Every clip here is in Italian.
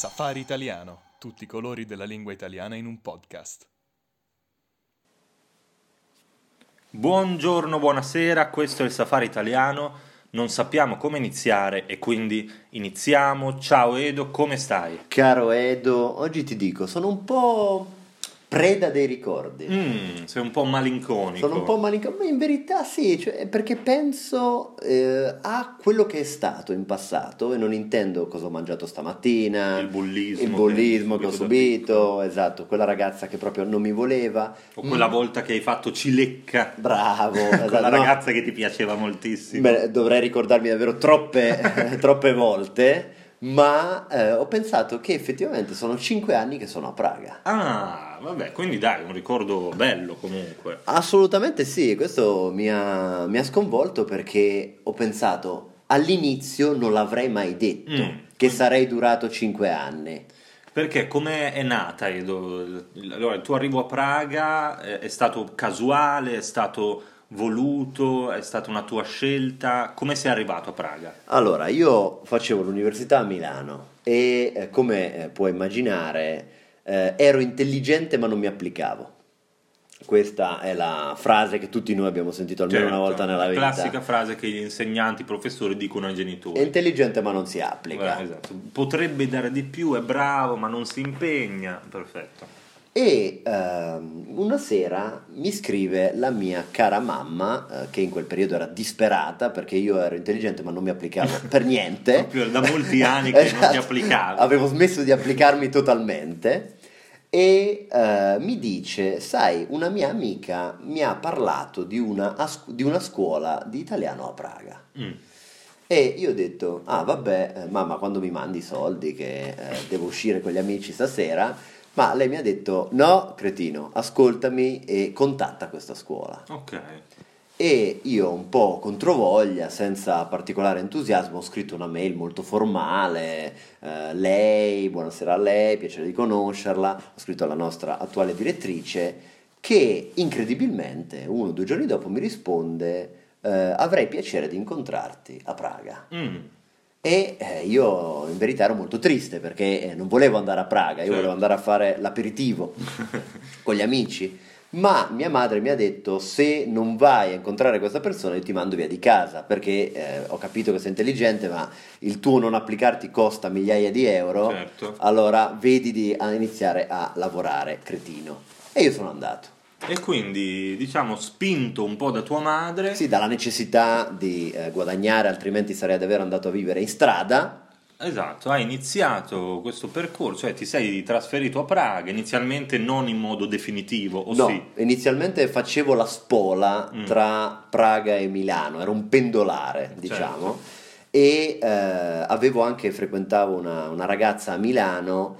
Safari Italiano, tutti i colori della lingua italiana in un podcast. Buongiorno, buonasera, questo è il Safari Italiano, non sappiamo come iniziare e quindi iniziamo. Ciao Edo, come stai? Caro Edo, oggi ti dico, sono un po' preda dei ricordi. Sei un po' malinconico. Sono un po' malinconico, ma in verità sì, cioè, perché penso a quello che è stato in passato e non intendo cosa ho mangiato stamattina, Il bullismo che ho subito, esatto, quella ragazza che proprio non mi voleva. O quella volta che hai fatto cilecca. Bravo, Quella esatto, ragazza che ti piaceva moltissimo. Beh, dovrei ricordarmi davvero troppe volte. Ma ho pensato che effettivamente sono 5 anni che sono a Praga. Ah, vabbè, quindi dai, un ricordo bello comunque. Assolutamente sì, questo mi ha sconvolto perché ho pensato all'inizio non l'avrei mai detto che sarei durato 5 anni. Perché come è nata Edo? Allora, il tuo arrivo a Praga è stato casuale, è stato voluto, è stata una tua scelta? Come sei arrivato a Praga? Allora, io facevo l'università a Milano e come puoi immaginare ero intelligente ma non mi applicavo. Questa è la frase che tutti noi abbiamo sentito almeno una volta nella vita. Classica frase che gli insegnanti, i professori dicono ai genitori. È intelligente ma non si applica. Esatto. Potrebbe dare di più, è bravo ma non si impegna. Perfetto. E una sera mi scrive la mia cara mamma, che in quel periodo era disperata perché io ero intelligente ma non mi applicavo per niente. Proprio da molti anni che non ti applicavi. Avevo smesso di applicarmi totalmente. E mi dice, sai, una mia amica mi ha parlato di una scuola di italiano a Praga. E io ho detto, vabbè, mamma, quando mi mandi i soldi che devo uscire con gli amici stasera. Ma lei mi ha detto, no, cretino, ascoltami e contatta questa scuola. Ok. E io un po' controvoglia, senza particolare entusiasmo, ho scritto una mail molto formale, lei, buonasera a lei, piacere di conoscerla, ho scritto alla nostra attuale direttrice, che incredibilmente 1 o 2 giorni dopo mi risponde, avrei piacere di incontrarti a Praga. E io in verità ero molto triste perché non volevo andare a Praga, io volevo andare a fare l'aperitivo con gli amici, ma mia madre mi ha detto se non vai a incontrare questa persona io ti mando via di casa perché ho capito che sei intelligente ma il tuo non applicarti costa migliaia di euro, certo. Allora vedi di iniziare a lavorare, cretino. E io sono andato. E quindi, diciamo, spinto un po' da tua madre. Sì, dalla necessità di guadagnare, altrimenti sarei davvero andato a vivere in strada. Esatto, hai iniziato questo percorso, cioè ti sei trasferito a Praga, inizialmente non in modo definitivo, o No, sì? inizialmente facevo la spola tra Praga e Milano, ero un pendolare, diciamo, e frequentavo una ragazza a Milano,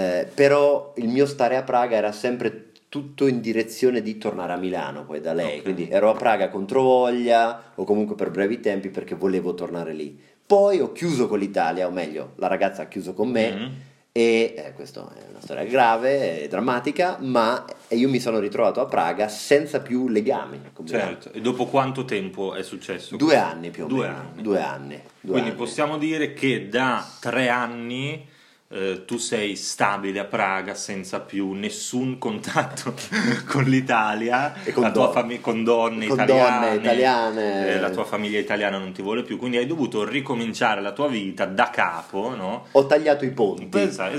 però il mio stare a Praga era sempre tutto in direzione di tornare a Milano poi da lei, quindi ero a Praga controvoglia o comunque per brevi tempi perché volevo tornare lì. Poi ho chiuso con l'Italia, o meglio, la ragazza ha chiuso con me e questa è una storia grave e drammatica, ma io mi sono ritrovato a Praga senza più legami. Certo, e dopo quanto tempo è successo? 2 anni più o meno. 2 anni. 2 anni. Quindi possiamo dire che da 3 anni tu sei stabile a Praga senza più nessun contatto con l'Italia e con la tua con donne italiane, la tua famiglia italiana non ti vuole più, quindi hai dovuto ricominciare la tua vita da capo, no? Ho tagliato i ponti.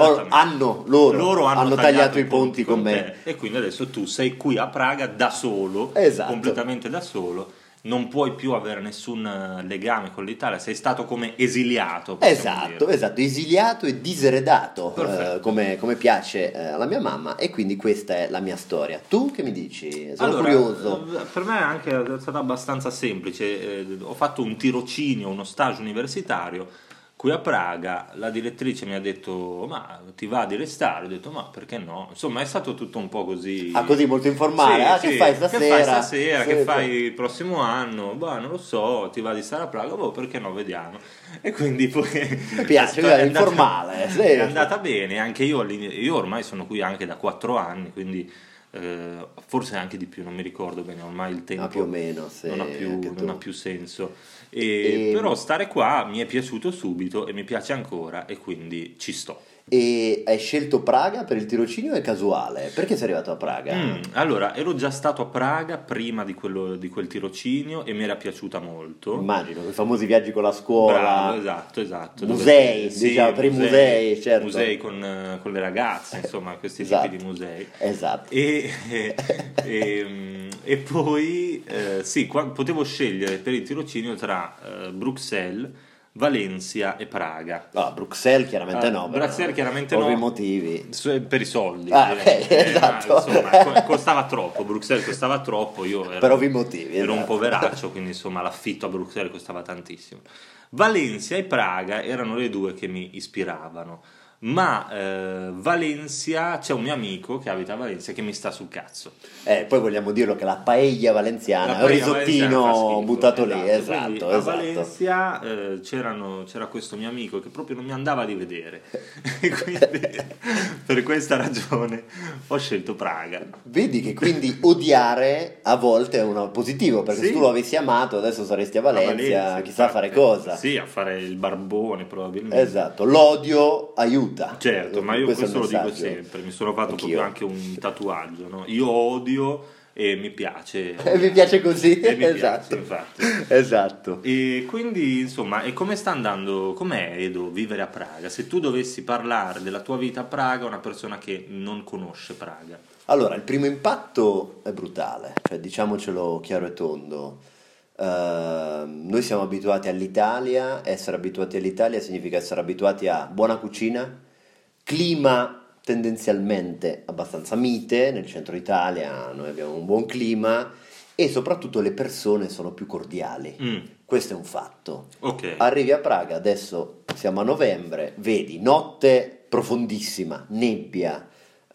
Loro hanno tagliato i ponti con me. E quindi adesso tu sei qui a Praga da solo, completamente da solo. Non puoi più avere nessun legame con l'Italia, sei stato come esiliato. Esatto, esiliato e diseredato, come piace alla mia mamma, e quindi questa è la mia storia. Tu che mi dici? Sono curioso. Per me anche è stata abbastanza semplice, ho fatto un tirocinio, uno stage universitario qui a Praga, la direttrice mi ha detto ma ti va di restare? Ho detto ma perché no? Insomma è stato tutto un po' così. Così molto informale. Che fai stasera? Che fai il prossimo anno? Bah, non lo so, ti va di stare a Praga? Boh, perché no? Vediamo. E quindi poi mi piace, è informale. È andata bene, anche io ormai sono qui anche da 4 anni, quindi forse anche di più, non mi ricordo bene, ormai il tempo più o meno, non ha più senso. Però stare qua mi è piaciuto subito e mi piace ancora e quindi ci sto. E hai scelto Praga per il tirocinio o è casuale? Perché sei arrivato a Praga? Allora, ero già stato a Praga prima di quel tirocinio e mi era piaciuta molto. Immagino, quei famosi viaggi con la scuola. Bravo, esatto. Musei, diciamo, per i musei, certo. Musei con le ragazze, insomma, questi Esatto. tipi di musei. Esatto. E poi, potevo scegliere per il tirocinio tra Bruxelles, Valencia e Praga. No, Bruxelles chiaramente no. Bruxelles chiaramente per no. i motivi. Per i soldi. Ok, esatto. Insomma, costava troppo, Bruxelles costava troppo, io ero, Per ovvi motivi. ero un esatto. poveraccio, quindi insomma l'affitto a Bruxelles costava tantissimo. Valencia e Praga erano le due che mi ispiravano. Ma Valencia, c'è un mio amico che abita a Valencia che mi sta sul cazzo. Poi vogliamo dirlo che la paella valenziana La è un paella valenziana fa risottino schifo, buttato lì, quindi esatto. a Valencia c'era questo mio amico che proprio non mi andava di vedere e quindi per questa ragione ho scelto Praga. Vedi che quindi odiare a volte è un positivo, perché Sì. se tu lo avessi amato adesso saresti a Valencia, chissà a fare infatti. cosa. Sì, a fare il barbone probabilmente. Esatto, l'odio aiuta. Certo, ma io questo è il lo dico messaggio. sempre, mi sono fatto Anch'io. proprio anche un tatuaggio, no? Io odio e mi piace. E mi piace così, E mi esatto. piace, infatti. Esatto. E quindi, insomma, e come sta andando, com'è Edo vivere a Praga? Se tu dovessi parlare della tua vita a Praga a una persona che non conosce Praga. Allora, il primo impatto è brutale, cioè diciamocelo chiaro e tondo. Noi siamo abituati all'Italia, essere abituati all'Italia significa essere abituati a buona cucina, clima tendenzialmente abbastanza mite, nel centro Italia noi abbiamo un buon clima e soprattutto le persone sono più cordiali. Questo è un fatto. Ok. Arrivi a Praga, adesso siamo a novembre, vedi notte profondissima, nebbia,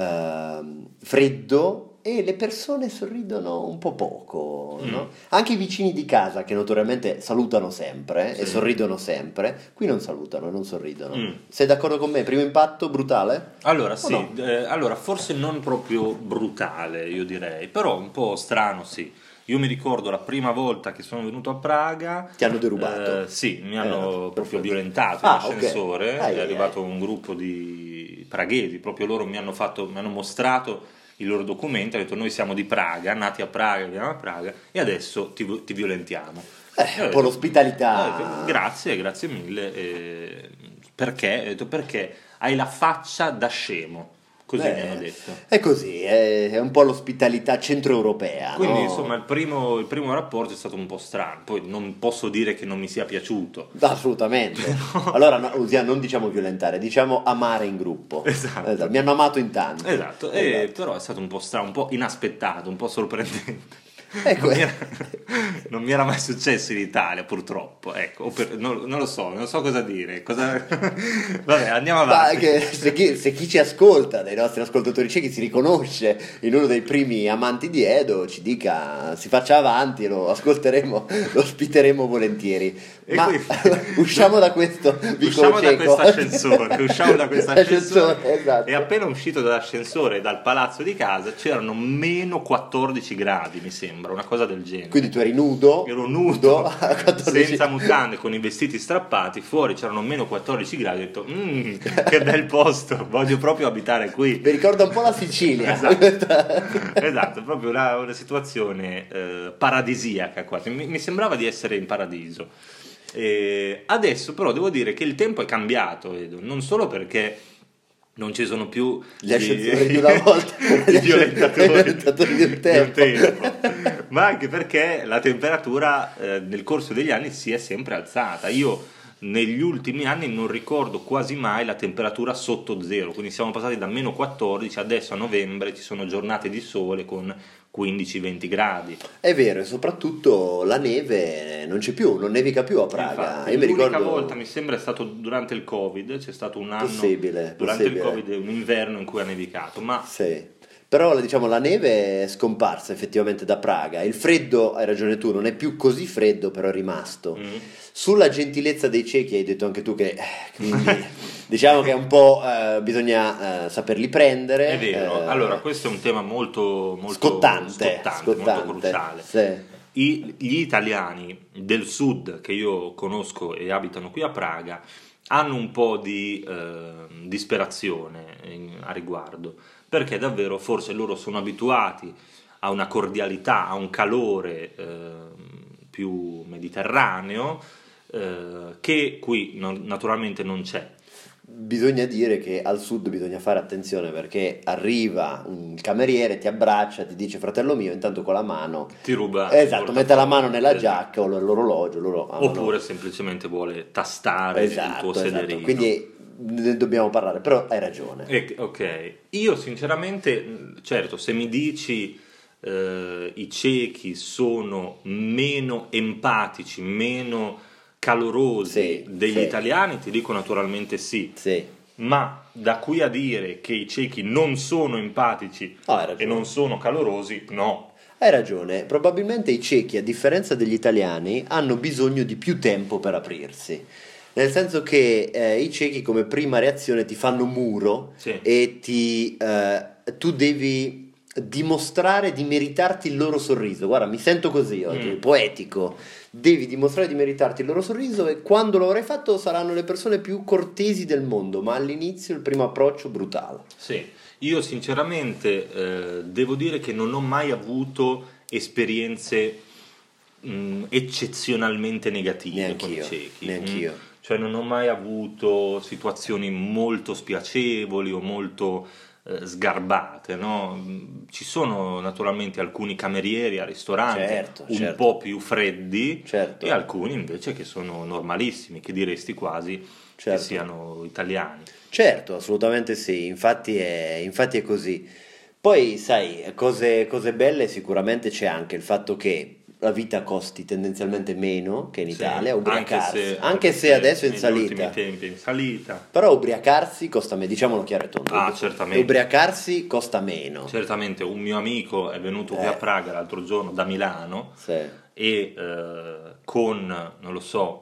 freddo e le persone sorridono un po' poco, no? Anche i vicini di casa che notoriamente salutano sempre e sorridono sempre, qui non salutano, non sorridono. Sei d'accordo con me? Primo impatto brutale? Allora, O sì, no? allora forse non proprio brutale, io direi, però un po' strano, sì. Io mi ricordo la prima volta che sono venuto a Praga. Ti hanno derubato? Sì, mi hanno proprio perfetto. violentato Ah, in ascensore. ok. È arrivato un gruppo di praghesi, proprio loro mi hanno mostrato i loro documenti, hanno detto noi siamo di Praga, nati a Praga, viviamo a Praga e adesso ti violentiamo. Un po' l'ospitalità. Grazie mille. Perché? Ho detto perché hai la faccia da scemo. Così mi hanno detto. È così, è un po' l'ospitalità centroeuropea. Quindi no? insomma il primo rapporto è stato un po' strano, poi non posso dire che non mi sia piaciuto. Assolutamente. Allora non diciamo violentare, diciamo amare in gruppo. Esatto. Mi hanno amato in tanti. Esatto, Esatto. però è stato un po' strano, un po' inaspettato, un po' sorprendente. Ecco. Non mi era mai successo in Italia, purtroppo. Ecco, non lo so cosa dire. Vabbè, andiamo avanti. Se chi ci ascolta, dai nostri ascoltatori ciechi, si riconosce in uno dei primi amanti di Edo, ci dica, si faccia avanti, lo ascolteremo, lo ospiteremo volentieri. Ma quindi, usciamo da questo usciamo da questo ascensore, esatto. E appena uscito dall'ascensore dal palazzo di casa c'erano meno 14 gradi, mi sembra, una cosa del genere. Quindi tu eri nudo? Ero nudo, a 14. senza mutande, con i vestiti strappati, fuori c'erano meno 14 gradi, ho detto che bel posto, voglio proprio abitare qui. Mi ricorda un po' la Sicilia. Esatto, proprio una situazione paradisiaca quasi, mi sembrava di essere in paradiso. Adesso però devo dire che il tempo è cambiato, Edo, non solo perché non ci sono più gli ascensori di una volta, i violentatori di un tempo. ma anche perché la temperatura nel corso degli anni si è sempre alzata. Io negli ultimi anni non ricordo quasi mai la temperatura sotto zero, quindi siamo passati da meno 14, adesso a novembre ci sono giornate di sole con 15-20 gradi. È vero, e soprattutto la neve non c'è più, non nevica più a Praga. Infatti, Io mi l'unica ricordo... volta mi sembra è stato durante il Covid, c'è stato un anno Possibile. il Covid, un inverno in cui ha nevicato, ma sì. Però diciamo la neve è scomparsa effettivamente da Praga, il freddo, hai ragione tu, non è più così freddo, però è rimasto. Sulla gentilezza dei cechi hai detto anche tu che quindi diciamo che un po' bisogna saperli prendere. è vero, allora questo è un tema molto scottante, molto cruciale. Sì. Gli italiani del sud che io conosco e abitano qui a Praga hanno un po' di disperazione a riguardo, perché davvero forse loro sono abituati a una cordialità, a un calore più mediterraneo, che qui naturalmente non c'è. Bisogna dire che al sud bisogna fare attenzione, perché arriva un cameriere, ti abbraccia, ti dice fratello mio, intanto con la mano Ti ruba, esatto, mette la mano nella esatto. giacca o l'orologio, Oppure semplicemente vuole tastare il tuo sederino. Quindi ne dobbiamo parlare, però hai ragione. Ok, io sinceramente, certo, se mi dici i cechi sono meno empatici, meno calorosi degli italiani, ti dico naturalmente sì. Ma da qui a dire che i cechi non sono empatici e non sono calorosi, no. Hai ragione, probabilmente i cechi, a differenza degli italiani, hanno bisogno di più tempo per aprirsi. Nel senso che i cechi come prima reazione ti fanno muro e tu devi dimostrare di meritarti il loro sorriso. Guarda, mi sento così oggi, poetico. Devi dimostrare di meritarti il loro sorriso, e quando lo avrai fatto saranno le persone più cortesi del mondo, ma all'inizio il primo approccio brutale. Sì, io sinceramente devo dire che non ho mai avuto esperienze eccezionalmente negative con i cechi. Neanch'io. Cioè non ho mai avuto situazioni molto spiacevoli o molto sgarbate, no? Ci sono naturalmente alcuni camerieri a ristoranti un po' più freddi e alcuni invece che sono normalissimi, che diresti quasi che siano italiani. Certo, assolutamente sì, infatti è così. Poi sai, cose belle sicuramente c'è anche il fatto che la vita costi tendenzialmente meno che in Italia, ubriacarsi, anche se adesso è in salita. Negli ultimi tempi è in salita. Però ubriacarsi costa meno, diciamolo chiaro e tondo. Certamente. Ubriacarsi costa meno. Certamente, un mio amico è venuto qui a Praga l'altro giorno da Milano e con, non lo so,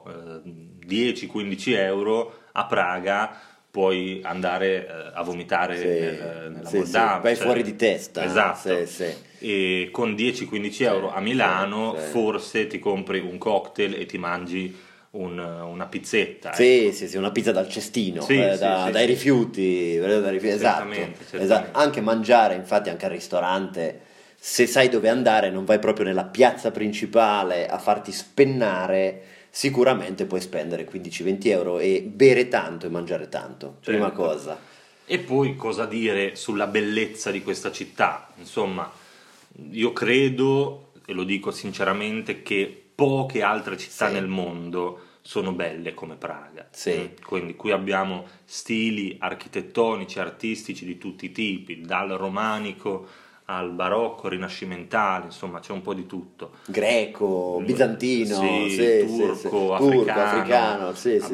10-15 euro a Praga puoi andare a vomitare nella Moldavia. Vai fuori di testa. Esatto. E con 10-15 euro a Milano forse ti compri un cocktail e ti mangi una pizzetta. Sì, una pizza dal cestino, dai rifiuti. Esatto. Anche mangiare, infatti, anche al ristorante, se sai dove andare, non vai proprio nella piazza principale a farti spennare, sicuramente puoi spendere 15-20 euro e bere tanto e mangiare tanto, prima cosa. E poi cosa dire sulla bellezza di questa città? Insomma, io credo, e lo dico sinceramente, che poche altre città nel mondo sono belle come Praga. Quindi qui abbiamo stili architettonici, artistici di tutti i tipi, dal romanico al barocco, rinascimentale, insomma c'è un po' di tutto. Greco, bizantino, turco, africano.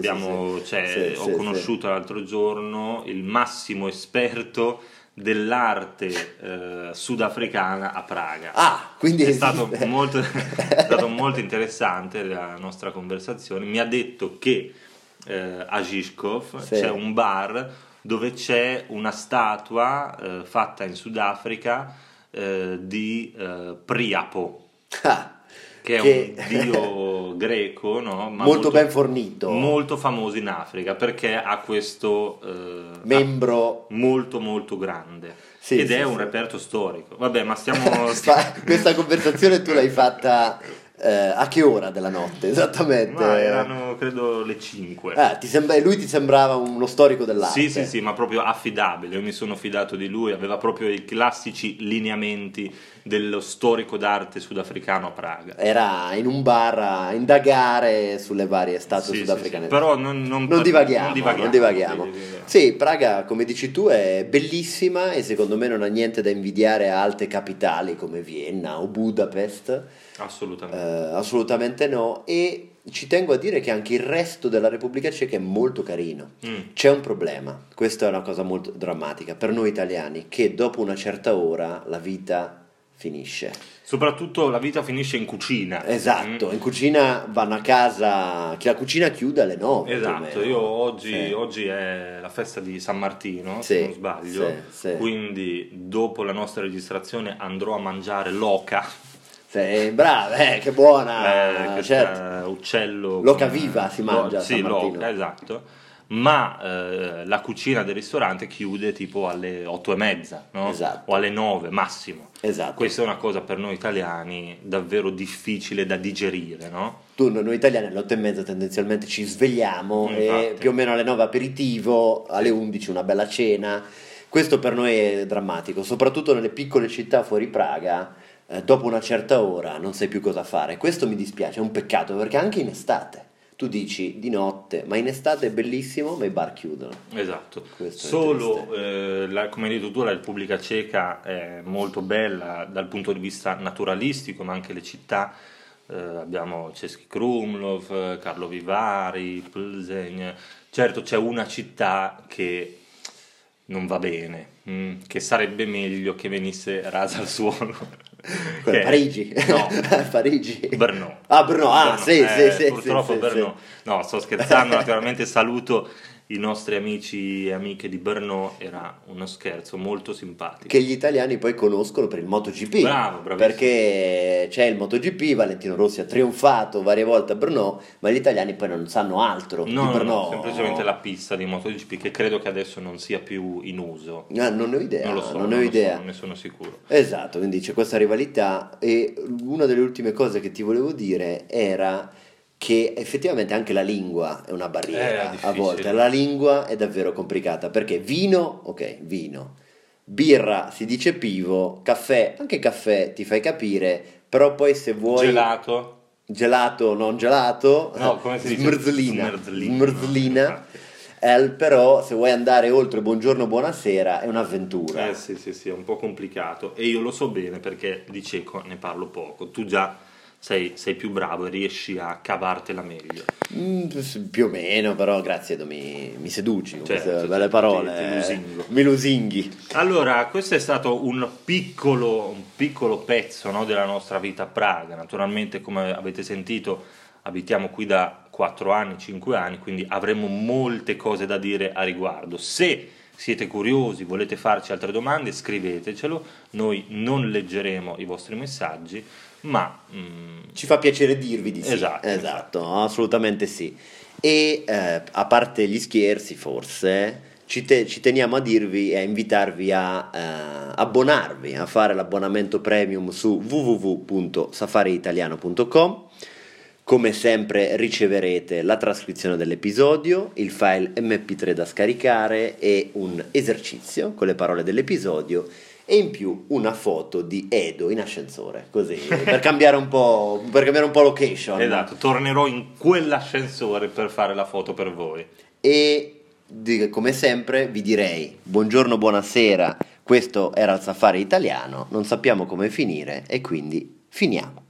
Ho conosciuto l'altro giorno il massimo esperto dell'arte sudafricana a Praga. Quindi è stato molto interessante la nostra conversazione. Mi ha detto che a Žižkov c'è un bar dove c'è una statua fatta in Sudafrica di Priapo, che è un dio greco, no? Ma molto ben fornito, molto famoso in Africa, perché ha questo membro molto molto grande ed è un reperto storico. Vabbè, ma stiamo questa conversazione tu l'hai fatta a che ora della notte esattamente? Ma erano credo le 5. Lui ti sembrava uno storico dell'arte? Sì, ma proprio affidabile. Io mi sono fidato di lui, aveva proprio i classici lineamenti dello storico d'arte sudafricano a Praga. Era in un bar a indagare sulle varie statue sudafricane. Però non divaghiamo. Sì, Praga, come dici tu, è bellissima e secondo me non ha niente da invidiare a alte capitali come Vienna o Budapest. Assolutamente no. E ci tengo a dire che anche il resto della Repubblica Ceca è molto carino. C'è un problema, questa è una cosa molto drammatica per noi italiani, che dopo una certa ora la vita finisce. Soprattutto la vita finisce in cucina. Esatto, in cucina vanno a casa, che la cucina chiude alle 9. Esatto, io oggi è la festa di San Martino, se non sbaglio, quindi dopo la nostra registrazione andrò a mangiare l'oca. Brava, che buona, uccello l'oca viva si mangia a San Martino. L'oca, esatto. ma la cucina del ristorante chiude tipo alle 8:30, no? Esatto. O alle 9 massimo. Esatto. Questa è una cosa per noi italiani davvero difficile da digerire, no? Noi italiani alle 8:30 tendenzialmente ci svegliamo e Infatti. più o meno alle 9 aperitivo, alle 11 una bella cena. Questo per noi è drammatico, soprattutto nelle piccole città fuori Praga. Dopo una certa ora non sai più cosa fare. Questo mi dispiace, è un peccato, perché anche in estate tu dici di notte, ma in estate è bellissimo, ma i bar chiudono. Esatto. Questo è Solo, come hai detto tu, la Repubblica Ceca è molto bella dal punto di vista naturalistico, ma anche le città. Abbiamo Český Krumlov, Karlovy Vary, Plzeň. Certo, c'è una città che non va bene, che sarebbe meglio che venisse rasa al suolo. Che è- Parigi. No, Parigi. Brno. Ah, Brno, Brno. sì, sì, Purtroppo sì, Brno. No, sto scherzando, naturalmente saluto i nostri amici e amiche di Brno, era uno scherzo molto simpatico. Che gli italiani poi conoscono per il MotoGP. Bravo, bravissimo. Perché c'è il MotoGP, Valentino Rossi ha trionfato varie volte a Brno, ma gli italiani poi non sanno altro di No, Brno. semplicemente la pista di MotoGP che credo che adesso non sia più in uso. Non ne ho idea, Non lo so, non ne non ho lo so, idea. non ne sono sicuro. Esatto, quindi c'è questa rivalità e una delle ultime cose che ti volevo dire era che effettivamente anche la lingua è una barriera a difficile. volte. La lingua è davvero complicata perché vino, ok, vino, birra si dice pivo, caffè, anche caffè ti fai capire, però poi se vuoi gelato, non gelato, No, come si dice? Smrzlina, Smrzlina. però se vuoi andare oltre buongiorno, buonasera è un'avventura. Sì, è un po' complicato e io lo so bene perché di ceco ne parlo poco. Tu già sei più bravo e riesci a cavartela meglio. Più o meno, però grazie, mi seduci con Certo, queste belle ti parole. lusingo. Mi lusinghi. Allora, questo è stato un piccolo pezzo, no, della nostra vita a Praga. Naturalmente, come avete sentito, abitiamo qui da 4 anni, 5 anni, quindi avremo molte cose da dire a riguardo. Se siete curiosi, volete farci altre domande, scrivetecelo, noi non leggeremo i vostri messaggi, ma Ci fa piacere dirvi di sì. Esatto. Assolutamente sì. E a parte gli scherzi, forse ci teniamo a dirvi e a invitarvi a abbonarvi, a fare l'abbonamento premium su www.safariitaliano.com. Come sempre riceverete la trascrizione dell'episodio, il file MP3 da scaricare e un esercizio con le parole dell'episodio e in più una foto di Edo in ascensore, così per cambiare un po' location. esatto, tornerò in quell'ascensore per fare la foto per voi. E come sempre vi direi buongiorno, buonasera, questo era il Safari Italiano, non sappiamo come finire e quindi finiamo.